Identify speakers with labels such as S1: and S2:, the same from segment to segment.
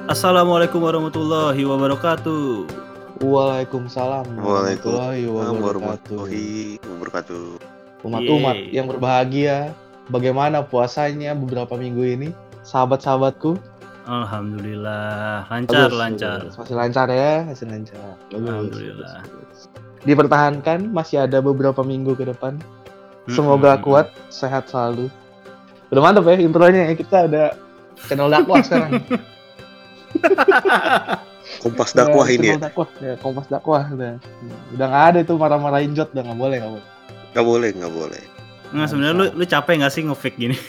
S1: Assalamualaikum warahmatullahi wabarakatuh.
S2: Waalaikumsalam warahmatullahi
S3: Waalaikumsalam
S2: wabarakatuh.
S3: warahmatullahi wabarakatuh.
S2: Umat-umat
S1: Yeay.
S2: yang berbahagia, bagaimana puasanya beberapa minggu ini? Sahabat-sahabatku,
S1: Alhamdulillah, lancar.
S2: bagus. Masih lancar ya, masih lancar. Bagus.
S1: Alhamdulillah.
S2: Dipertahankan, masih ada beberapa minggu ke depan. Semoga kuat, sehat selalu. Udah mantap ya intronya ya, kita ada channel dakwah sekarang.
S3: Kompas dakwah ini ya?
S2: Channel dakwah, ya, Kompas dakwah udah nggak ada tuh marah-marahin Jot, udah nggak boleh.
S3: Nggak boleh.
S1: Nggak, sebenarnya lu capek nggak sih nge-fake gini?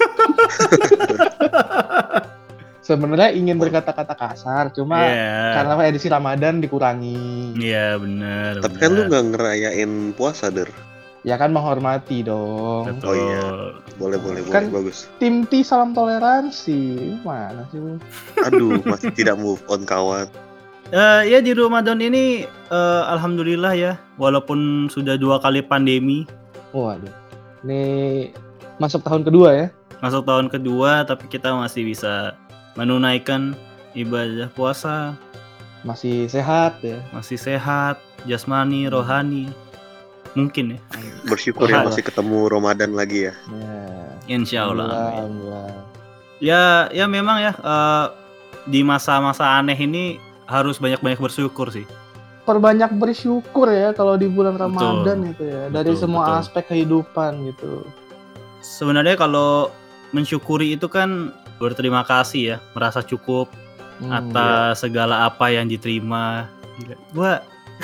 S2: Sebenarnya ingin berkata-kata kasar, cuma karena edisi Ramadan dikurangi.
S1: Iya benar.
S3: Tapi kan lu nggak ngerayain puasa, Der.
S2: Ya kan menghormati dong.
S1: Betul.
S3: Oh iya. Boleh,
S2: Kan-
S3: bagus.
S2: Tim T salam toleransi. Mana sih lu?
S3: Aduh, masih tidak move on kawan.
S1: Ya di Ramadan ini alhamdulillah ya, walaupun sudah 2 kali pandemi,
S2: Waduh. Ini masuk tahun kedua ya.
S1: masuk tahun kedua tapi kita masih bisa menunaikan ibadah puasa,
S2: Masih sehat ya.
S1: masih sehat, jasmani, rohani. Mungkin ya.
S3: Bersyukur ya
S2: Alhamdulillah.
S3: masih ketemu Ramadan lagi ya.
S2: Ya.
S1: Insyaallah. Amin.
S2: Alhamdulillah.
S1: Ya memang ya di masa-masa aneh ini harus banyak-banyak bersyukur sih.
S2: Perbanyak bersyukur ya kalau di bulan
S1: Betul.
S2: Ramadan gitu ya. Dari
S1: Betul,
S2: semua
S1: betul.
S2: aspek kehidupan gitu.
S1: Sebenarnya kalau mensyukuri itu kan berterima kasih ya, merasa cukup atas segala apa yang diterima. Gila. Gua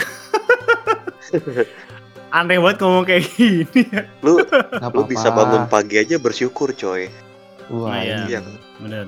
S1: aneh banget ngomong kayak gini ya.
S3: Lu
S2: Nggak
S3: lu
S2: apa-apa.
S3: bisa bangun pagi aja bersyukur, coy.
S2: Wah,
S1: Nah, iya.
S3: Iya.
S1: Benar.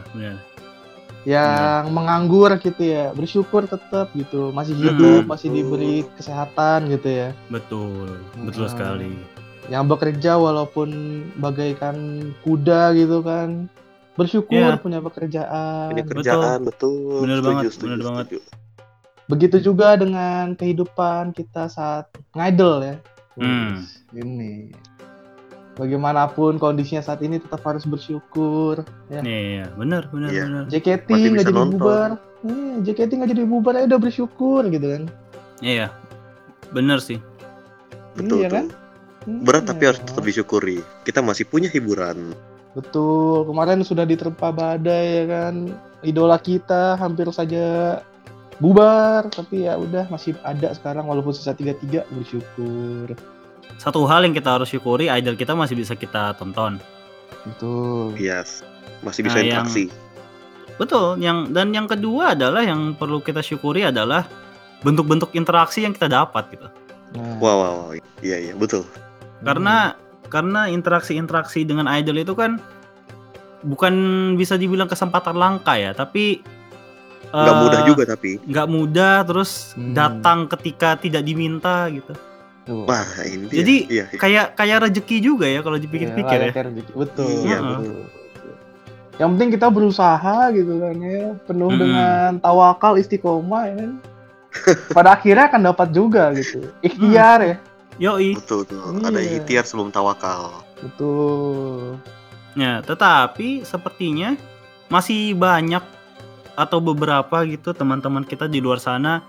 S2: yang menganggur gitu ya, bersyukur tetap gitu, masih hidup,
S1: Mm-mm.
S2: masih diberi kesehatan gitu ya.
S1: Betul
S2: Hmm.
S1: sekali.
S2: Yang bekerja walaupun bagaikan kuda gitu kan, bersyukur
S1: Iya.
S2: punya pekerjaan.
S3: Ini kerjaan, betul.
S1: Bener banget,
S3: Setuju.
S1: bener banget.
S2: Begitu juga dengan kehidupan kita saat ngidle ya.
S1: Hmm.
S2: Ini bagaimanapun kondisinya saat ini tetap harus bersyukur ya.
S1: Iya, benar.
S3: Iya.
S2: JKT
S3: Masih
S2: nggak
S3: bisa
S2: jadi
S3: nonton.
S2: bubar. JKT nggak jadi bubar ya udah bersyukur gitu kan.
S1: Iya. Benar sih.
S3: Betul,
S2: Iya kan?
S3: Berat tapi
S2: Iya.
S3: harus tetap disyukuri. Kita masih punya hiburan.
S2: Betul, kemarin sudah diterpa badai ya kan. Idola kita hampir saja bubar, tapi ya udah masih ada sekarang walaupun sisa 3-3, bersyukur.
S1: Satu hal yang kita harus syukuri, idol kita masih bisa kita tonton.
S2: Betul.
S3: Yes. Masih bisa
S1: Nah,
S3: interaksi.
S1: Betul. Dan yang kedua adalah yang perlu kita syukuri adalah bentuk-bentuk interaksi yang kita dapat gitu.
S2: Nah,
S3: Wow. Iya, betul.
S1: Karena interaksi dengan idol itu kan bukan bisa dibilang kesempatan langka ya, tapi
S3: Nggak mudah juga tapi.
S1: nggak mudah, terus
S2: Hmm.
S1: datang ketika tidak diminta gitu.
S2: tuh.
S3: Wah, ini dia.
S1: Jadi
S3: Iya.
S1: kayak rezeki juga ya kalau dipikir-pikir ya.
S2: layaknya rezeki. Betul.
S3: Iya,
S2: betul. Yang penting kita berusaha gitu kan ya, penuh
S1: Mm-mm.
S2: dengan tawakal, istiqomah ya kan. Pada akhirnya akan dapat juga gitu. Ikhtiar ya.
S1: Yoi.
S3: Betul.
S2: Iya.
S3: Ada ikhtiar sebelum tawakal.
S2: Betul.
S1: Ya, tetapi sepertinya masih banyak atau beberapa gitu teman-teman kita di luar sana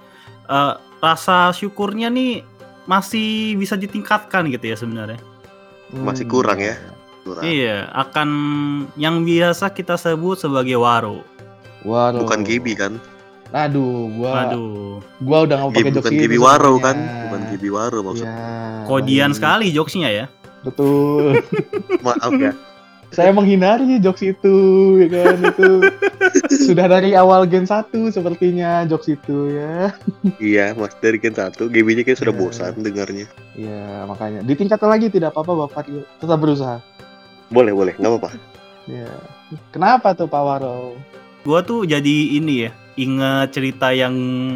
S1: rasa syukurnya nih masih bisa ditingkatkan gitu ya sebenarnya.
S3: Masih kurang ya. Kurang.
S1: Iya, akan yang biasa kita sebut sebagai waro.
S2: Waduh.
S3: Bukan Gibi kan?
S2: Aduh,
S1: Waduh,
S2: gua udah nggak pakai jokes
S3: Bukan
S2: itu
S3: Gibi Waro
S2: sebenarnya.
S3: kan? Bukan Gibi Waro maksudnya.
S2: Ya,
S1: kodian
S2: baik.
S1: sekali jokesnya ya.
S2: Betul.
S3: Maaf ya.
S2: Saya menghindari jokes itu, ya kan itu sudah dari awal Gen 1 sepertinya jokes itu ya.
S3: Iya, Mas dari Gen 1 Gibi-nya kayak sudah
S2: Iya.
S3: bosan dengarnya.
S2: Iya, makanya ditingkatkan lagi tidak apa-apa Bapak, yuk. Tetap berusaha.
S3: Boleh, nggak apa-apa.
S2: Ya. Kenapa tuh Pak Waro?
S1: Gua tuh jadi ini ya, inget cerita yang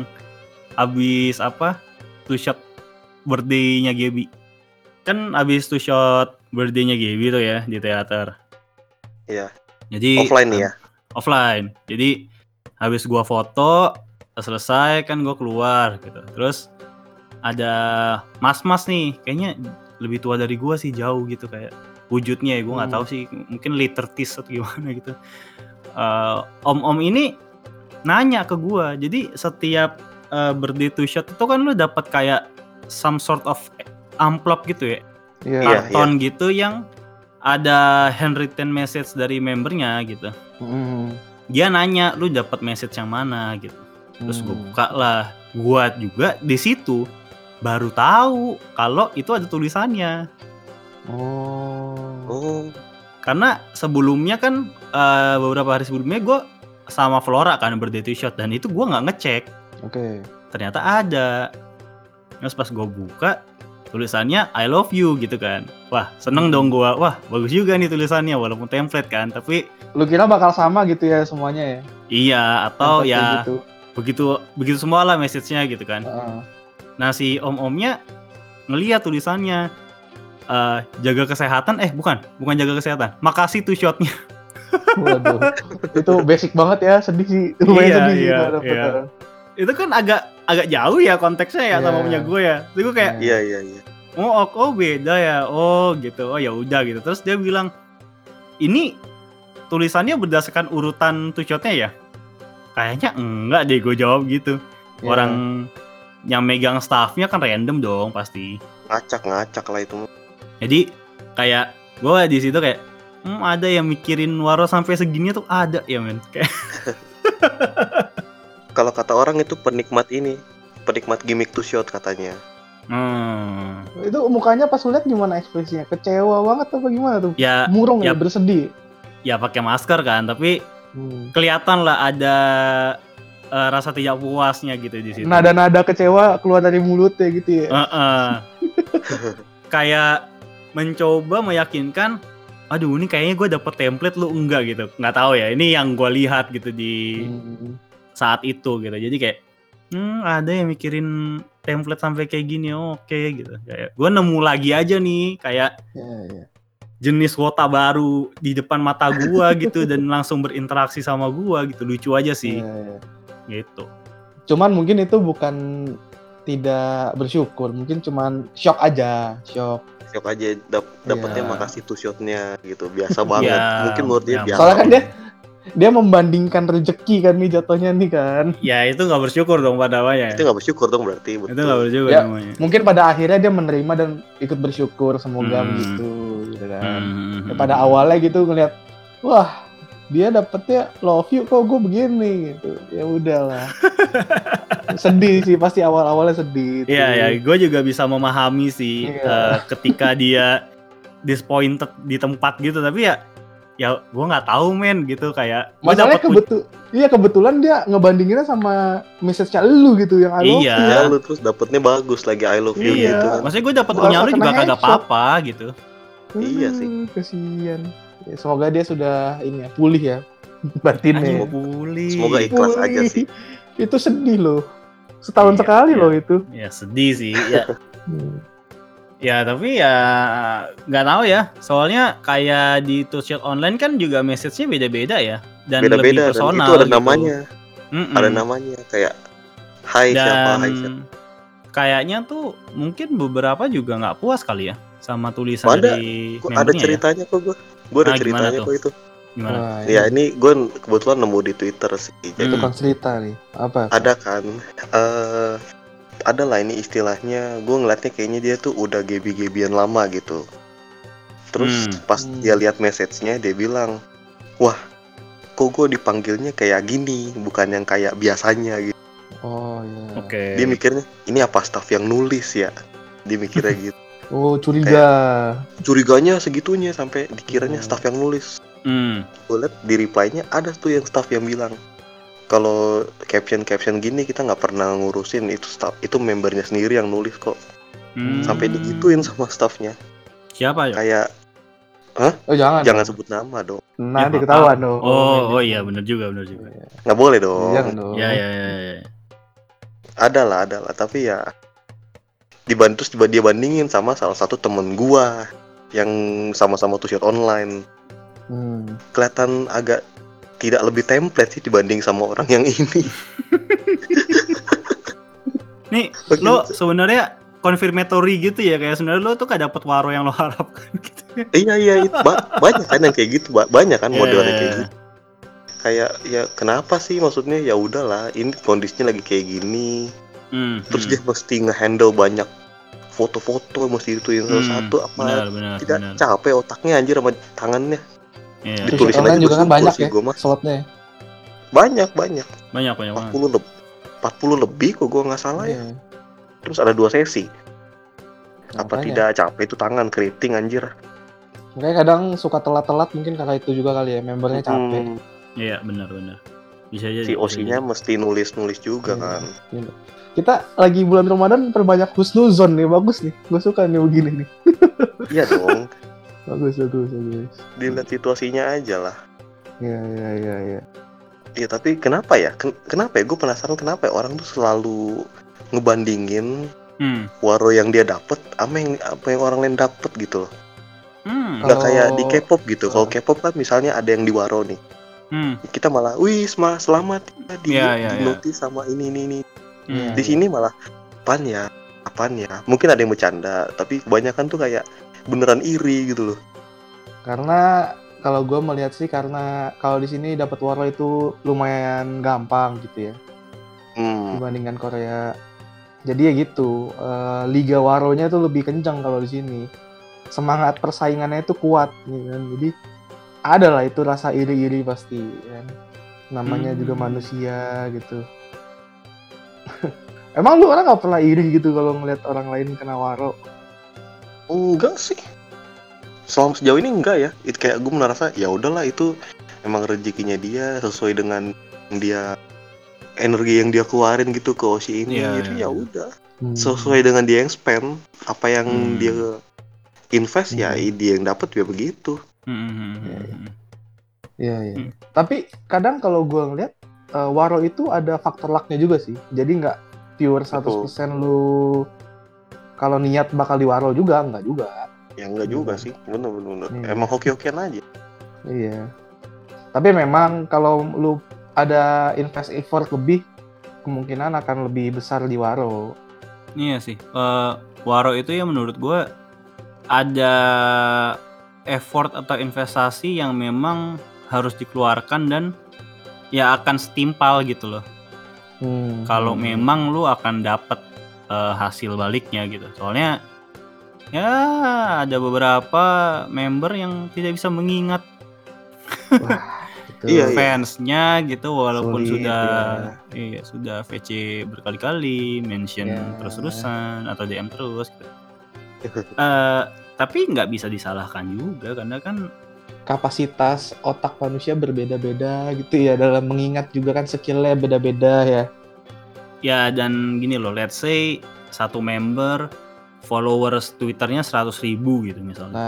S1: abis two shot birthday-nya Gaby. Kan abis two shot birthday-nya Gaby tuh ya di teater.
S3: Iya.
S1: Jadi
S3: Offline nih ya.
S1: Offline. Jadi habis gua foto, selesai kan gua keluar gitu. Terus ada mas-mas nih, kayaknya lebih tua dari gua sih, jauh gitu kayak wujudnya ya, gua nggak tahu sih, mungkin late 30s atau gimana gitu. Om-om ini nanya ke gua. Jadi setiap birthday to shot itu kan lu dapat kayak some sort of amplop gitu ya,
S2: Iya.
S1: karton gitu yang ada handwritten message dari membernya gitu. Dia nanya lu dapat message yang mana gitu. Terus gue buka lah, gua juga di situ baru tahu kalau itu ada tulisannya.
S3: Oh,
S1: Karena sebelumnya kan beberapa hari sebelumnya gue sama Flora kan birthday to shot dan itu gue nggak ngecek.
S2: Oke.
S1: Ternyata ada. Terus pas gue buka tulisannya I love you gitu kan. Wah seneng dong gue. Wah bagus juga nih tulisannya walaupun template kan. Tapi
S2: Lu kira bakal sama gitu ya semuanya ya?
S1: iya atau
S2: Template kayak
S1: ya
S2: gitu.
S1: begitu semua lah message-nya gitu kan.
S2: Heeh.
S1: Nah si om-omnya ngeliat tulisannya jaga kesehatan, bukan jaga kesehatan, makasih to shotnya.
S2: Waduh. Itu basic banget ya, sedih sih. Lumayan
S1: Iya,
S2: sedih sih
S1: iya,
S2: nggak dapet.
S1: iya. Itu kan agak jauh ya konteksnya ya sama
S2: Iya.
S1: punya gue ya. Terus gue kayak
S3: iya.
S1: oh beda ya, oh gitu, oh ya udah gitu. Terus dia bilang ini tulisannya berdasarkan urutan to shotnya ya? Kayaknya enggak deh, gue jawab gitu.
S2: Iya.
S1: Orang yang megang staffnya kan random dong pasti.
S3: Ngacak lah itu.
S1: Jadi kayak gue di situ kayak ada yang mikirin Waro sampai segini tuh ada ya men. Kayak
S3: Kalau kata orang itu penikmat gimmick to shot katanya.
S2: Itu mukanya pas lu liat gimana ekspresinya? Kecewa banget apa gimana tuh?
S1: ya
S2: Murung
S1: ya.
S2: ya, bersedih.
S1: ya pakai masker kan, tapi kelihatan lah ada rasa tidak puasnya gitu di situ.
S2: Nada-nada kecewa keluar dari mulutnya gitu ya.
S1: Kayak mencoba meyakinkan, aduh ini kayaknya gue dapet template lu enggak gitu. Nggak tahu ya, ini yang gue lihat gitu di saat itu gitu. Jadi kayak ada yang mikirin template sampai kayak gini, oke gitu. Kayak gue nemu lagi aja nih kayak
S2: Iya.
S1: jenis wota baru di depan mata gua gitu dan langsung berinteraksi sama gua gitu. Lucu aja sih.
S2: Iya.
S1: Gitu.
S2: Cuman mungkin itu bukan tidak bersyukur, mungkin cuman shock aja, shock.
S3: Shock aja dapetnya
S2: Iya.
S3: makasih to shotnya gitu. Biasa banget.
S1: Ya,
S3: Mungkin menurut dia
S1: ya.
S3: biasa.
S2: Soalnya kan dia membandingkan rezeki kan nih jatuhnya nih kan.
S1: Ya itu nggak bersyukur dong pada awalnya.
S3: Itu nggak bersyukur dong berarti.
S1: Itu
S3: Betul.
S1: nggak bersyukur
S2: Ya,
S1: namanya.
S2: Mungkin pada akhirnya dia menerima dan ikut bersyukur, semoga begitu gitu kan. Ya, pada awalnya gitu ngeliat, wah dia dapetnya love you kok gue begini gitu. Ya udahlah. Sedih sih, pasti awal-awalnya sedih.
S1: Iya ya, gue juga bisa memahami sih
S2: Iya.
S1: ketika dia disappointed di tempat gitu. Tapi ya gue nggak tahu men gitu kayak. Gua
S2: Masalahnya
S1: dapet
S2: kebetulan dia ngebandinginnya sama message-nya lu gitu yang I love
S1: Iya.
S2: you.
S3: Ya lu terus dapetnya bagus lagi I love you
S2: Iya.
S3: gitu kan.
S1: Maksudnya gue dapet
S2: Merasa
S1: punya lu juga
S2: kena
S1: kagak
S2: headshot.
S1: apa-apa gitu.
S3: Iya sih.
S2: Kasian. Ya, semoga dia sudah ini ya, pulih ya batinnya.
S1: Anjing pulih.
S3: Semoga ikhlas
S2: Pulih.
S3: aja sih.
S2: Itu sedih loh. Setahun
S1: Iya,
S2: sekali
S1: iya.
S2: loh itu.
S1: Ya sedih sih. Ya tapi ya nggak tahu ya. Soalnya kayak di Tushot online kan juga message-nya beda-beda ya. Dan lebih
S3: Beda-beda dan
S1: personal
S3: itu ada
S1: gitu.
S3: namanya. Ada namanya kayak Hai siapa, Hai siapa.
S1: Dan kayaknya tuh mungkin beberapa juga nggak puas kali ya sama tulisan
S3: Ada.
S1: dari
S3: Ada
S1: membernya ya.
S3: ceritanya kok gue. Gue ada
S1: Ah, gimana
S3: ceritanya
S1: tuh?
S3: kok itu.
S1: Gimana?
S2: Wah,
S3: Ya ini gue kebetulan nemu di Twitter sih. Jadi
S2: tukang cerita nih. Apa?
S3: ada kan. Ada lah ini istilahnya. Gue ngeliatnya kayaknya dia tuh udah gebi-gebian lama gitu. Terus pas dia lihat message-nya dia bilang, wah kok gue dipanggilnya kayak gini, bukan yang kayak biasanya gitu.
S2: Oh iya.
S1: Oke.
S3: Dia mikirnya ini apa staff yang nulis ya. Dia mikirnya gitu.
S2: Oh curiga.
S3: Curiganya segitunya sampai dikiranya staff yang nulis. Gue liat di reply-nya ada tuh yang staff yang bilang, kalau caption gini kita nggak pernah ngurusin, itu staff, itu membernya sendiri yang nulis kok. Sampai digituin sama staffnya.
S1: Siapa ya?
S3: Kayak
S2: Oh jangan.
S3: jangan sebut nama dong.
S2: Nanti
S1: Ya,
S2: ketahuan dong.
S1: Oh iya benar juga.
S3: Nggak boleh dong.
S2: Jangan dong.
S1: Ya.
S3: Ada lah tapi ya terus dia bandingin sama salah satu temen gua yang sama-sama Tushot online. Kelihatan agak tidak lebih template sih dibanding sama orang yang ini.
S1: Nih, lo sebenarnya confirmatory gitu ya, kayak sebenarnya lo tuh gak dapet Waro yang lo harapkan gitu.
S3: Iya itu banyak kan yang kayak gitu, banyak kan modelnya kayak gitu. kayak ya kenapa sih, maksudnya ya udahlah ini kondisinya lagi kayak gini. Terus dia mesti ngehandle banyak foto-foto, mesti ituin satu-satu, apa
S1: benar,
S3: tidak
S1: benar.
S3: capek otaknya anjir sama tangannya.
S1: Iya.
S3: Ditulisin
S2: Online
S3: aja
S2: juga kan
S3: bersyukur
S2: banyak
S3: sih
S2: ya
S3: gue mah.
S2: slotnya.
S3: Banyak
S1: Banyak banget.
S3: 40 lebih kok gue nggak salah ya.
S2: Iya.
S3: Terus ada 2 sesi. Apa
S2: Makanya.
S3: tidak capek itu tangan keriting anjir.
S2: Makanya kadang suka telat-telat mungkin karena itu juga kali ya, membernya capek.
S1: Iya, benar. Bisa aja.
S3: Si OC-nya mesti nulis juga kan.
S2: Iya. Kita lagi bulan Ramadan perbanyak husnuzon nih, bagus nih. Gue suka nih begini nih.
S3: Iya dong.
S2: Bagus.
S3: Dilihat situasinya aja lah.
S2: Iya.
S3: Iya, tapi kenapa ya? Kenapa ya? Gue penasaran kenapa ya orang tuh selalu ngebandingin waro yang dia dapet sama apa yang orang lain dapet gitu loh. Nggak kayak di K-pop gitu. Kalau K-pop kan misalnya ada yang di waro nih. Kita malah, wih selamat ya, di notice sama ini. Di sini malah apaan ya? Mungkin ada yang bercanda, tapi kebanyakan tuh kayak beneran iri gitu loh.
S2: Karena kalau gue melihat sih, karena kalau di sini dapat waro itu lumayan gampang gitu ya, dibandingkan Korea. Jadi ya gitu, liga waronya tuh lebih kencang kalau di sini. Semangat persaingannya itu kuat, gitu kan. Jadi ada lah itu rasa iri-iri pasti, kan. Namanya juga manusia gitu. Emang lu orang nggak pernah iri gitu kalau ngeliat orang lain kena waro?
S3: Enggak sih. Selama sejauh ini enggak ya. Itu kayak gue merasa ya udahlah itu emang rezekinya dia sesuai dengan dia energi yang dia keluarin gitu ke OC ini. Jadi ya udah. Sesuai dengan dia yang spend, apa yang dia invest ya dia yang dapat ya begitu.
S2: Iya. Tapi kadang kalau gue ngeliat waro itu ada faktor lucknya juga sih. Jadi nggak pure 100% lu kalau niat bakal di waro juga, enggak juga.
S3: Ya enggak juga sih, bener. Emang hoki-hokian aja.
S2: Iya. Tapi memang kalau lu ada invest effort lebih, kemungkinan akan lebih besar di waro.
S1: Iya sih. Waro itu ya menurut gue ada effort atau investasi yang memang harus dikeluarkan dan ya akan setimpal gitu loh. Kalau memang lu akan dapat hasil baliknya gitu. Soalnya ya ada beberapa member yang tidak bisa mengingat fansnya gitu, walaupun
S2: sulit,
S1: sudah VC berkali-kali, mention terus-terusan atau DM terus gitu. Tapi nggak bisa disalahkan juga karena kan
S2: kapasitas otak manusia berbeda-beda gitu ya, dalam mengingat juga kan skillnya beda-beda ya.
S1: Ya dan gini loh, let's say satu member followers Twitternya 100.000 gitu misalnya.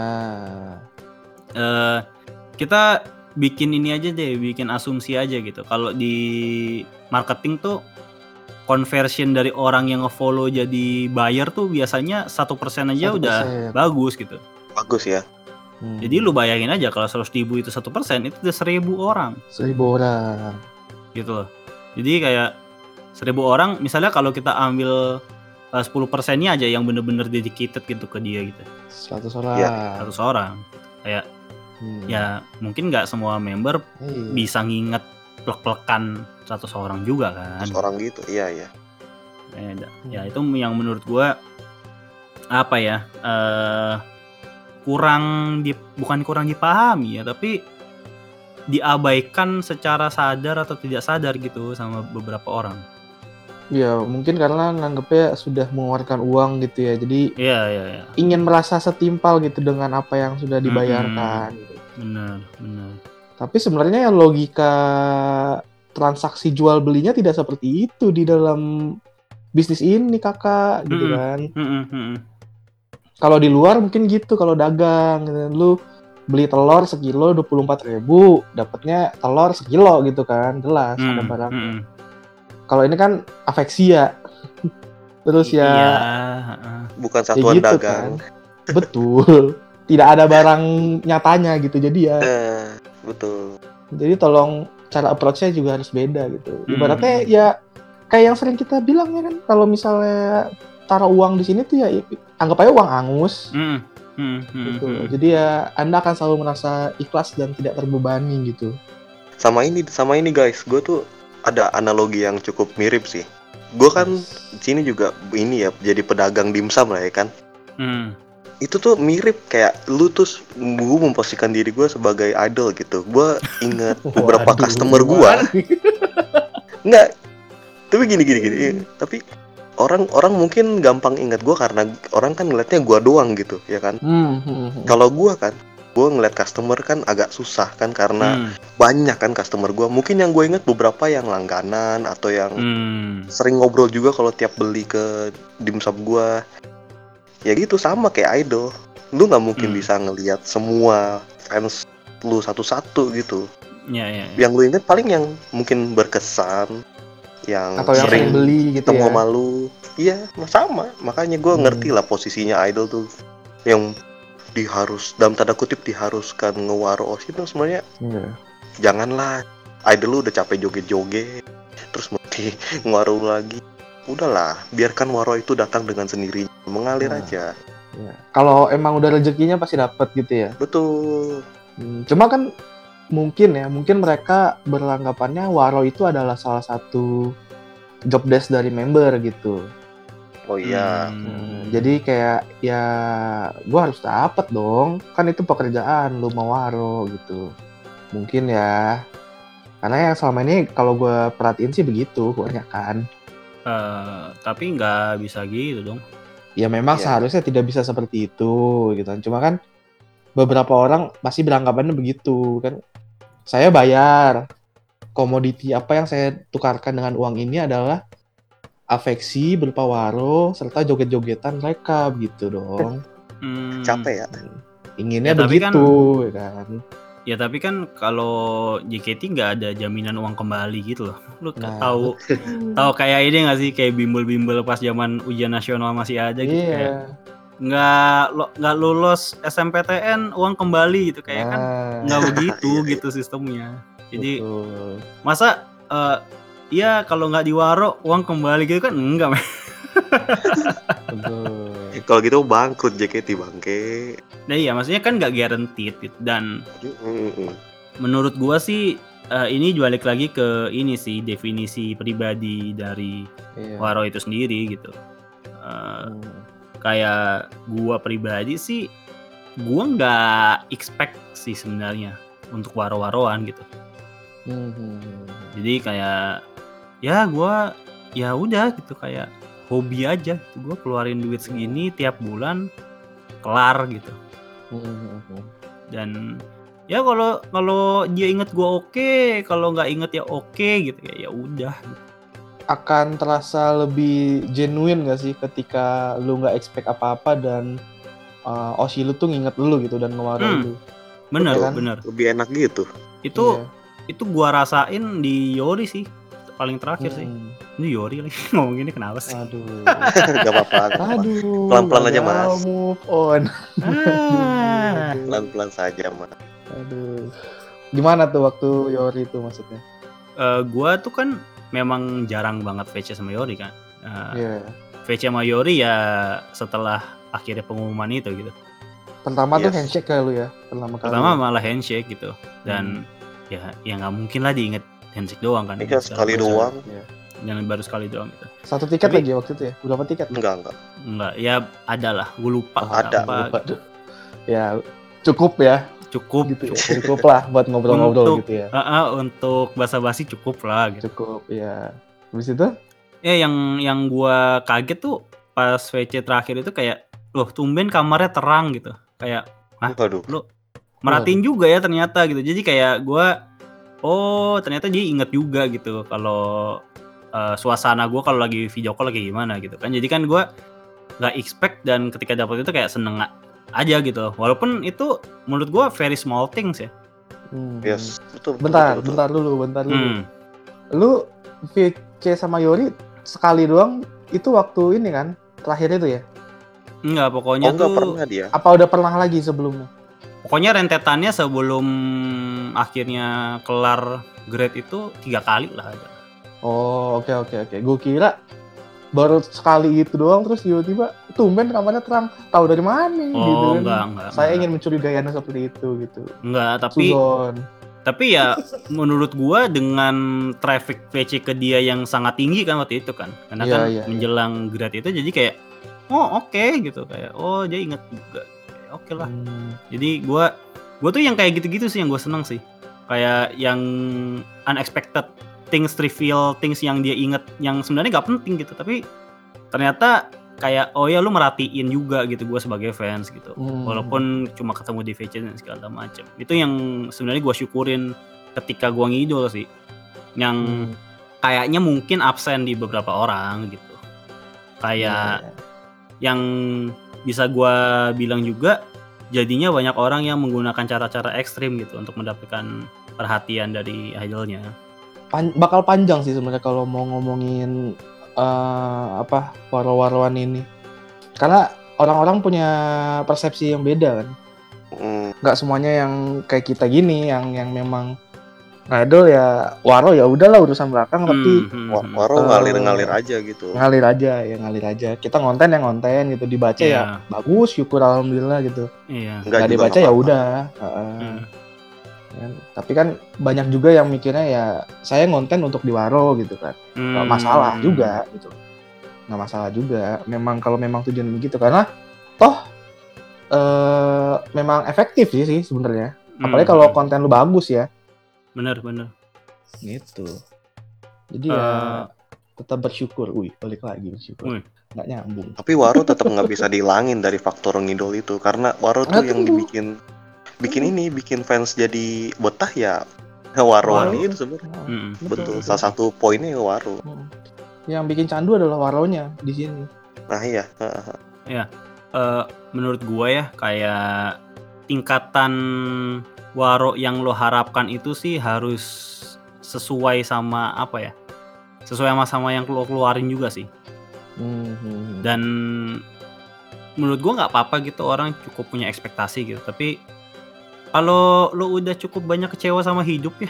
S1: Kita bikin ini aja deh, bikin asumsi aja gitu. Kalau di marketing tuh conversion dari orang yang nge-follow jadi buyer tuh biasanya 1% aja 1%. Udah bagus gitu.
S3: Bagus ya.
S1: Jadi lu bayangin aja kalau 100.000 itu 1%, itu udah 1.000 orang.
S2: 1.000 orang.
S1: Gitu loh. Jadi kayak 1.000 orang, misalnya kalau kita ambil 10%-nya aja yang bener-bener dedicated gitu ke dia gitu.
S2: 100 orang.
S1: Ya, 100 orang. Kayak ya mungkin nggak semua member bisa nginget plek-plekan 100 orang juga kan.
S3: 100 orang gitu, iya.
S1: Ya itu yang menurut gue apa ya, bukan kurang dipahami ya, tapi diabaikan secara sadar atau tidak sadar gitu sama beberapa orang.
S2: Ya mungkin karena nganggepnya sudah mengeluarkan uang gitu ya, jadi ingin merasa setimpal gitu dengan apa yang sudah dibayarkan. Gitu.
S1: Benar.
S2: Tapi sebenarnya logika transaksi jual belinya tidak seperti itu di dalam bisnis ini kakak, gitu kan. Kalau di luar mungkin gitu, kalau dagang gitu. Lu beli telur sekilo 24.000, dapatnya telur sekilo gitu kan, jelas ada barangnya. Kalau ini kan afeksia, terus
S3: bukan satuan gitu dagang.
S2: Kan. Betul, tidak ada barang nyatanya gitu, jadi ya.
S3: Betul.
S2: Jadi tolong cara approach-nya juga harus beda gitu. Ibaratnya ya kayak yang sering kita bilang ya kan, kalau misalnya taruh uang di sini tuh ya anggap aja uang angus. Gitu. Jadi ya Anda akan selalu merasa ikhlas dan tidak terbebani gitu.
S3: Sama ini guys, gue tuh ada analogi yang cukup mirip sih. Gue kan di sini juga ini ya, jadi pedagang dimsum lah ya kan. Itu tuh mirip kayak lu tuh, gue memposisikan diri gue sebagai idol gitu. Gue inget beberapa customer gue. Enggak, tapi gini. Tapi orang mungkin gampang ingat gue karena orang kan ngeliatnya gue doang gitu, ya kan. Kalau gue ngeliat customer kan agak susah kan karena banyak kan customer gue. Mungkin yang gue inget beberapa yang langganan atau yang sering ngobrol juga kalau tiap beli ke dimsum gue. Ya gitu, sama kayak idol. Lu nggak mungkin bisa ngelihat semua fans lu satu-satu gitu.
S1: Ya.
S3: Yang lu inget paling yang mungkin berkesan, yang
S2: atau yang sering beli gitu
S3: ketemu
S2: ya.
S3: sama lu. Iya, sama. Makanya gue ngerti lah posisinya idol tuh yang dalam tanda kutip diharuskan ngewaro Osin tuh sebenarnya. Janganlah, idol lu udah capek joget-joget terus mesti ngewaro lagi. Udahlah, biarkan waro itu datang dengan sendirinya, mengalir aja.
S2: Kalau emang udah rezekinya pasti dapet gitu ya.
S3: Betul.
S2: Cuma kan mungkin mereka beranggapannya waro itu adalah salah satu job desk dari member gitu.
S3: Oh iya.
S2: Jadi kayak ya gue harus dapet dong, kan itu pekerjaan lu mau waro gitu. Mungkin ya, karena yang selama ini kalau gue perhatiin sih begitu kebanyakan.
S1: Tapi nggak bisa gitu dong.
S2: Ya memang seharusnya tidak bisa seperti itu gitu. Cuma kan beberapa orang masih beranggapannya begitu kan. Saya bayar, komoditi apa yang saya tukarkan dengan uang ini adalah afeksi berupa waro serta joget-jogetan mereka gitu dong.
S3: Capek ya.
S2: Inginnya
S1: Ya, tapi
S2: begitu kan.
S1: Ya tapi kan kalau JKT nggak ada jaminan uang kembali gitu loh. Lu tahu kayak ini nggak sih, kayak bimbel-bimbel pas zaman ujian nasional masih ada gitu, kayak nggak lulus SMPTN uang kembali gitu, kayak kan nggak begitu gitu sistemnya. Jadi masa ya kalau nggak diwaro uang kembali gitu kan enggak.
S3: Kalau gitu bangkrut JKT bangke.
S1: Nah iya, maksudnya kan nggak guaranteed gitu. Dan menurut gua sih ini balik lagi ke ini sih, definisi pribadi dari waro itu sendiri gitu. Kayak gua pribadi sih, gua nggak expect sih sebenarnya untuk waro-waroan gitu. Jadi kayak ya gua ya udah gitu, kayak hobi aja gitu. Gua keluarin duit segini tiap bulan, kelar gitu. Dan ya kalau dia inget gua oke, kalau nggak inget ya oke gitu, ya udah.
S2: Akan terasa lebih genuine nggak sih ketika lu nggak expect apa-apa dan Oshi lu tuh nginget lu gitu dan ngewaro lu.
S1: Bener
S2: kan?
S1: bener.
S3: Lebih enak gitu.
S1: Itu gua rasain di Yori sih, paling terakhir sih. Ini Yori lagi ngomong gini kenapa sih?
S2: Aduh.
S3: Gak apa-apa.
S2: Aduh.
S3: Pelan-pelan aja mas.
S2: Move on.
S3: Pelan-pelan saja mas.
S2: Aduh. Gimana tuh waktu Yori itu maksudnya?
S1: Gua tuh kan memang jarang banget VC sama Yori kan. VC sama Yori ya setelah akhirnya pengumuman itu gitu.
S2: Pertama tuh handshake kayak lu ya?
S1: Pertama malah handshake gitu. Dan ya nggak mungkin lah diinget handshake doang kan.
S3: Ini sekali doang.
S1: Dan baru sekali doang gitu.
S2: Satu tiket lagi waktu itu ya? Berapa tiket?
S3: Enggak.
S1: Ya ada lah, gue lupa.
S3: Ada.
S2: Ya cukup ya.
S1: Cukup
S2: gitu. Cukup lah buat ngobrol-ngobrol gitu ya.
S1: Untuk basa-basi cukup lah gitu.
S2: Cukup ya. Habis itu?
S1: Ya yang gua kaget tuh pas VC terakhir itu kayak, loh tumben kamarnya terang gitu. Kayak, lu merhatiin juga ya ternyata gitu. Jadi kayak gua, ternyata dia inget juga gitu kalau suasana gua kalau lagi video call lagi gimana gitu kan. Jadi kan gua nggak expect, dan ketika dapet itu kayak seneng aja gitu. Walaupun itu menurut gua very small things ya.
S3: Yes, betul.
S2: Bentar dulu. Lu VC sama Yori sekali doang itu waktu ini kan? Terakhir itu ya?
S1: Enggak, pokoknya
S3: enggak pernah dia.
S2: Apa udah pernah lagi sebelumnya?
S1: Pokoknya rentetannya sebelum akhirnya kelar grade itu 3 kali lah ada.
S2: Oh, oke. Gue kira baru sekali itu doang, terus tiba-tiba tumben kamarnya terang. Tahu dari mana gitu kan?
S1: Enggak.
S2: Saya ingin mencurigainya seperti itu gitu.
S1: Enggak, Tapi ya menurut gua dengan traffic VC ke dia yang sangat tinggi kan waktu itu kan. Karena
S2: Iya,
S1: kan
S2: iya.
S1: menjelang grad itu jadi kayak oh oke gitu kayak oh dia inget juga. Kayak, oke lah. Jadi gua tuh yang kayak gitu-gitu sih yang gue seneng sih. Kayak yang unexpected things, trivial things yang dia inget yang sebenarnya gak penting gitu, tapi ternyata kayak oh ya lu merhatiin juga gitu gue sebagai fans gitu. Walaupun cuma ketemu di VC dan segala macam. Itu yang sebenarnya gue syukurin ketika gue ngidol sih. Yang kayaknya mungkin absen di beberapa orang gitu. Kayak yang bisa gue bilang juga jadinya banyak orang yang menggunakan cara-cara ekstrim gitu untuk mendapatkan perhatian dari idolnya.
S2: Bakal panjang sih sebenarnya kalau mau ngomongin waro-waroan ini. Karena orang-orang punya persepsi yang beda kan. Nggak semuanya yang kayak kita gini, yang memang idol ya waro ya udahlah urusan belakang, tapi
S3: waro ngalir aja gitu.
S2: Ngalir aja. Kita ngonten yang ngonten gitu, dibaca ya bagus, syukur alhamdulillah gitu. Nggak dibaca ya udah. Tapi kan banyak juga yang mikirnya ya saya ngonten untuk diwaro gitu kan. Nggak masalah juga gitu. Nggak masalah juga. Kalau memang tujuan begitu, karena toh memang efektif sih sebenarnya. Apalagi kalau konten lu bagus ya.
S1: Bener.
S2: Gitu. Jadi ya tetap bersyukur. Balik lagi bersyukur. Nggak nyambung.
S3: Tapi waro tetap nggak bisa dihilangin dari faktor ngidol itu, karena waro tuh yang bikin fans jadi betah ya waroan itu sebenarnya. Betul. Salah satu poinnya ya waro.
S2: Yang bikin candu adalah waronya di sini.
S3: Nah iya.
S1: Ya, menurut gua ya kayak tingkatan waro yang lo harapkan itu sih harus sesuai sama apa ya? Sesuai sama yang lo keluarin juga sih. Dan menurut gua nggak apa-apa gitu orang cukup punya ekspektasi gitu. Tapi kalau lo udah cukup banyak kecewa sama hidup ya,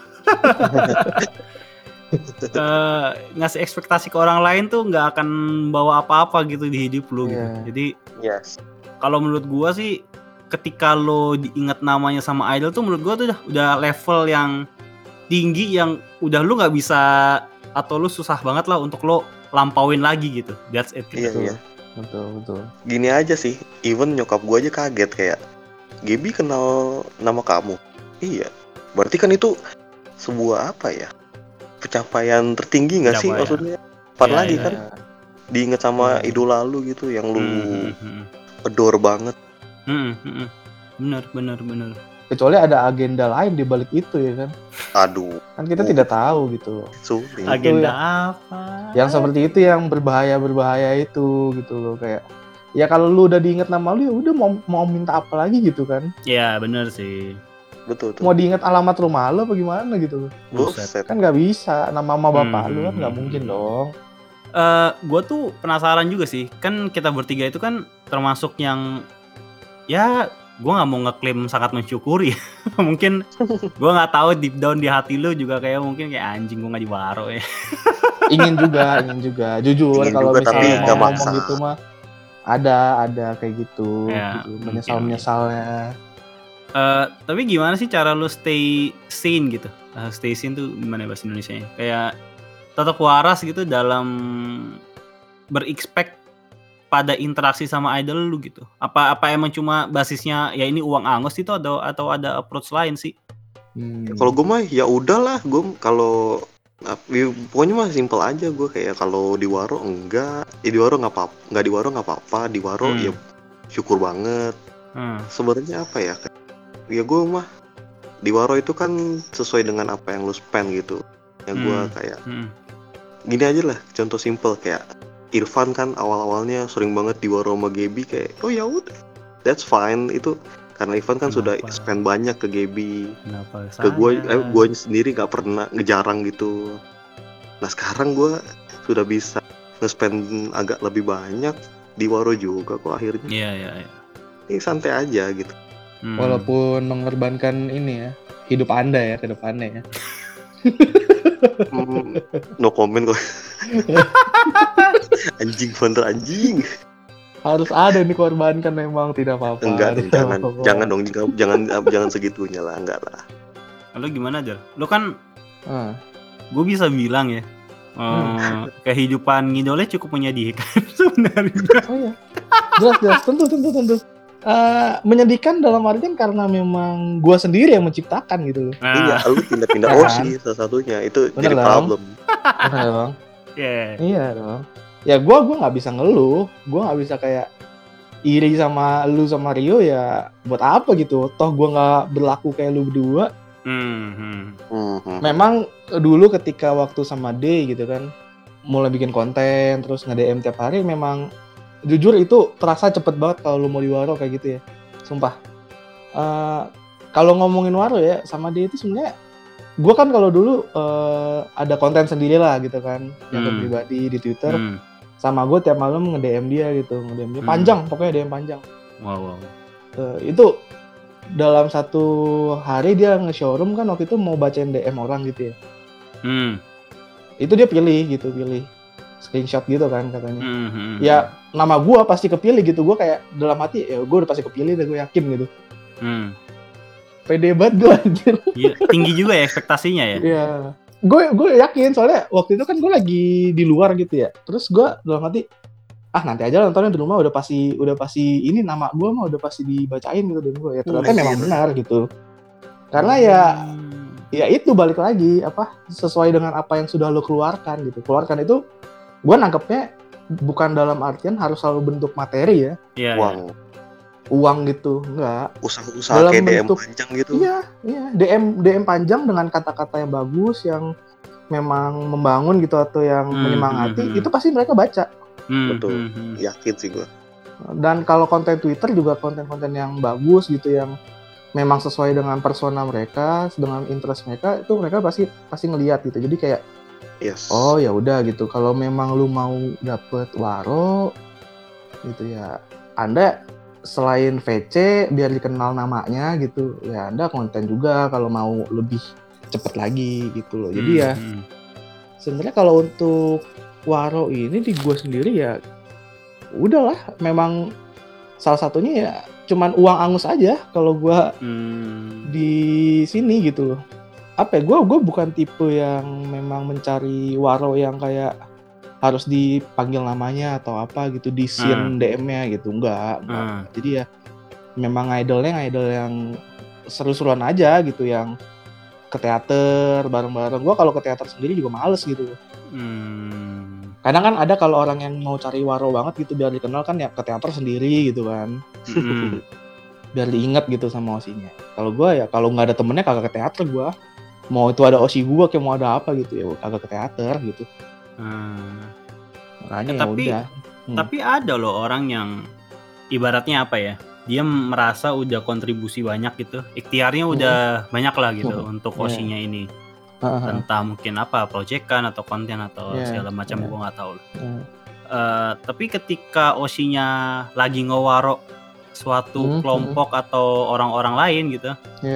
S1: ngasih ekspektasi ke orang lain tuh nggak akan bawa apa-apa gitu di hidup lo gitu. Jadi kalau menurut gua sih ketika lo diingat namanya sama idol tuh menurut gua tuh udah level yang tinggi yang udah lu nggak bisa atau lu susah banget lah untuk lo lampauin lagi gitu. That's it. Gitu.
S3: Iya.
S2: Betul.
S3: Gini aja sih, even nyokap gua aja kaget kayak Gaby kenal nama kamu. Iya. Berarti kan itu sebuah apa ya? Pencapaian tertinggi nggak sih maksudnya? Apalagi kan diinget sama idola lu gitu yang lu adore banget.
S1: Bener.
S2: Kecuali ada agenda lain di balik itu ya kan.
S3: Aduh.
S2: Kan kita tidak tahu gitu.
S3: Sulit.
S1: Agenda apa?
S2: Yang seperti itu yang berbahaya itu gitu loh, kayak ya kalau lu udah diinget nama lu ya udah mau minta apa lagi gitu kan.
S1: Iya, bener sih.
S3: Betul.
S2: Mau diinget alamat rumah lu apa gimana gitu loh.
S3: Buset.
S2: Kan nggak bisa, nama bapak lu kan nggak mungkin dong.
S1: Gue tuh penasaran juga sih, kan kita bertiga itu kan termasuk yang ya gue nggak mau ngeklaim sangat mensyukuri. Mungkin gue nggak tahu deep down di hati lu juga kayak mungkin kayak anjing gue nggak diwaro ya.
S2: ingin juga jujur kalau misalnya ngomong gitu mah ada kayak gitu, menyesalnya.
S1: Tapi gimana sih cara lu stay sane gitu? Stay sane tuh gimana bahasa Indonesianya? Kayak tetap waras gitu dalam berexpect pada interaksi sama idol lu gitu. Apa emang cuma basisnya ya ini uang angus itu atau ada approach lain sih?
S3: Kalau gue mah ya udahlah, gue kalau pokoknya mah simple aja, gue kayak kalau di waro enggak, di waro nggak apa-apa, nggak di waro nggak apa-apa, di waro ya syukur banget. Sebenarnya apa ya? Ya gue mah di waro itu kan sesuai dengan apa yang lu spend gitu. Ya gue kayak gini aja lah, contoh simple kayak Irfan kan awal-awalnya sering banget di waro sama Gaby kayak oh ya udah, that's fine itu karena Irfan kan sudah spend banyak ke Gaby. Ke gue sendiri nggak pernah ngejarang gitu. Nah sekarang gue sudah bisa nge-spend agak lebih banyak di waro juga kok akhirnya.
S1: Iya.
S3: Ini santai aja gitu.
S2: Walaupun mengorbankan ini ya hidup anda ya ke depannya ya.
S3: No comment kok. Anjing bener anjing.
S2: Harus ada nih korbankan memang, tidak apa-apa.
S3: Enggak dong, jangan segitunya lah, enggak lah.
S1: Lo gimana Jar? Lo kan
S2: Ah.
S1: gue bisa bilang ya, kehidupan ngidolnya cukup menyedihkan sebenarnya.
S2: Oh iya, jelas, tentu. Menyedihkan dalam artian karena memang gua sendiri yang menciptakan gitu.
S3: Iya, lu pindah-pindah
S2: Kan?
S3: OSI salah satunya itu
S2: Bener
S3: jadi
S2: dong.
S3: problem.
S2: Benar dong.
S1: Yeah.
S2: Iya dong. Ya gua nggak bisa ngeluh, gua nggak bisa kayak iri sama lu sama Rio ya buat apa gitu. Toh gua nggak berlaku kayak lu berdua. Memang dulu ketika waktu sama D gitu kan, mulai bikin konten terus nge-DM tiap hari, memang jujur itu terasa cepet banget kalau lu mau di Waro kayak gitu ya. Sumpah. Kalau ngomongin Waro ya sama D itu sebenarnya gue kan kalau dulu ada konten sendiri lah gitu kan, yang pribadi di Twitter. Sama gue tiap malam nge-DM dia gitu, nge-DM dia panjang, pokoknya DM panjang.
S1: Wow.
S2: Itu dalam satu hari dia nge-showroom kan, waktu itu mau bacain DM orang gitu ya. Itu dia pilih screenshot gitu kan katanya. Ya nama gue pasti kepilih gitu, gue kayak dalam hati ya gue udah pasti kepilih deh, gue yakin gitu. Pede banget gue anjir.
S1: Iya, tinggi juga ya ekspektasinya ya.
S2: Iya. Gue yakin soalnya waktu itu kan gue lagi di luar gitu ya. Terus gue dalam hati nanti aja nontonnya di rumah, udah pasti ini nama gue mah udah pasti dibacain gitu dan gue ya ternyata memang benar gitu. Karena ya itu balik lagi sesuai dengan apa yang sudah lo keluarkan gitu. Keluarkan itu gue nangkepnya bukan dalam artian harus selalu bentuk materi ya.
S1: Iya.
S2: Uang gitu, enggak.
S3: Usaha kayak DM panjang gitu.
S2: Iya. DM panjang dengan kata-kata yang bagus, yang memang membangun gitu atau yang menyemangati, itu pasti mereka baca.
S3: Betul, yakin sih gue.
S2: Dan kalau konten Twitter juga konten-konten yang bagus gitu, yang memang sesuai dengan persona mereka, dengan interest mereka, itu mereka pasti ngelihat gitu. Jadi kayak, oh ya udah gitu. Kalau memang lu mau dapet Waro, gitu ya, Anda selain VC biar dikenal namanya gitu, ya Anda konten juga kalau mau lebih cepet lagi gitu loh. Jadi ya, sebenarnya kalau untuk Waro ini di gue sendiri ya udahlah, memang salah satunya ya cuman uang angus aja kalau gue di sini gitu loh. Gue bukan tipe yang memang mencari Waro yang kayak harus dipanggil namanya atau apa gitu di scene DM-nya gitu, enggak. Jadi ya memang idol yang seru-seruan aja gitu, yang ke teater bareng-bareng. Gue kalau ke teater sendiri juga males gitu. Kadang kan ada kalau orang yang mau cari Waro banget gitu biar dikenal kan ya ke teater sendiri gitu kan. Biar diingat gitu sama osinya. Kalau gue ya kalau nggak ada temennya kagak ke teater gue. Mau itu ada osi gue kayak mau ada apa gitu ya kagak ke teater gitu. Makanya
S1: tapi ada loh orang yang ibaratnya apa ya, dia merasa udah kontribusi banyak gitu, ikhtiarnya udah banyak lah gitu untuk osinya ini. Entah mungkin proyekan atau konten atau segala macam, gue nggak tahu. Tapi ketika osinya lagi ngewaro suatu kelompok atau orang-orang lain gitu,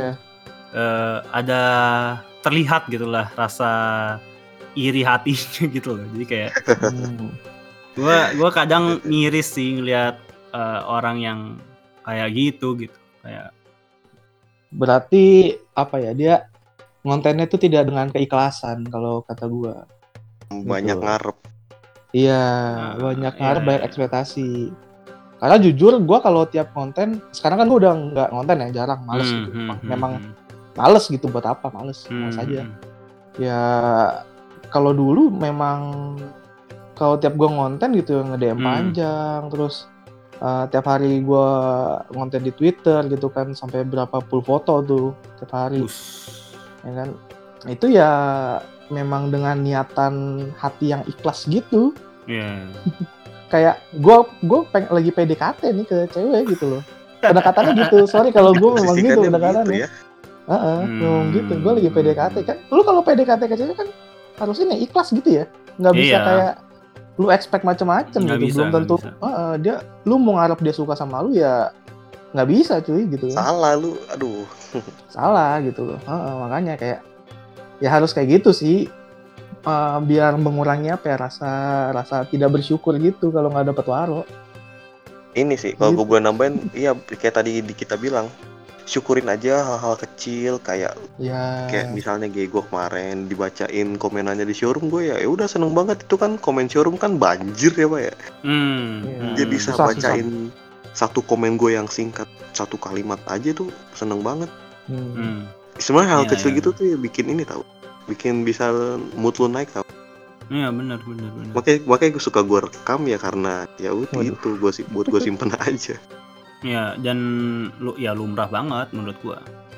S1: ada terlihat gitulah rasa iri hatinya gitu loh. Jadi kayak gue kadang miris sih ngeliat orang yang kayak gitu kayak.
S2: Berarti dia kontennya itu tidak dengan keikhlasan kalau kata gue.
S3: Banyak ngarep.
S2: Iya, banyak ngarep, banyak ekspektasi. Karena jujur gue kalau tiap konten, sekarang kan gue udah nggak konten ya, jarang, males gitu. Memang males gitu, buat apa, males aja. Ya kalau dulu memang kalau tiap gue ngonten gitu nge-DM panjang, terus tiap hari gue ngonten di Twitter gitu kan, sampai berapa puluh foto tuh tiap hari. Ya kan, itu ya memang dengan niatan hati yang ikhlas gitu. Kayak gue lagi PDKT nih ke cewek gitu loh. Pendekatannya gitu. Sorry kalau gue memang gitu pendekatannya. Memang gitu. Gue lagi PDKT kan. Lu kalau PDKT ke cewek kan harusnya ikhlas gitu ya. Nggak bisa kayak lu expect macam-macam gitu.
S1: Bisa,
S2: belum tentu lu mau ngarep dia suka sama lu ya nggak bisa cuy gitu.
S3: Salah lu, aduh.
S2: Salah gitu loh. Makanya kayak ya harus kayak gitu sih. Biar mengurangi rasa tidak bersyukur gitu kalau nggak dapet Waro.
S3: Ini sih kalau gue boleh nambahin, iya kayak tadi kita bilang, syukurin aja hal-hal kecil kayak
S2: Ya.
S3: misalnya kayak gue kemarin dibacain komenannya di showroom gue, ya udah seneng banget. Itu kan komen showroom kan banjir ya Pak ya. Dia bisa
S2: Susah.
S3: bacain satu komen gue yang singkat, satu kalimat aja tuh seneng banget. Sebenarnya hal
S1: Iya,
S3: kecil
S1: iya.
S3: gitu tuh ya bikin ini tau, bikin bisa mood lu naik tau.
S1: Iya benar.
S3: Makanya gue suka gue rekam ya, karena ya udah
S2: Waduh.
S3: itu buat gue simpen aja.
S1: Ya, dan lumrah banget menurut gua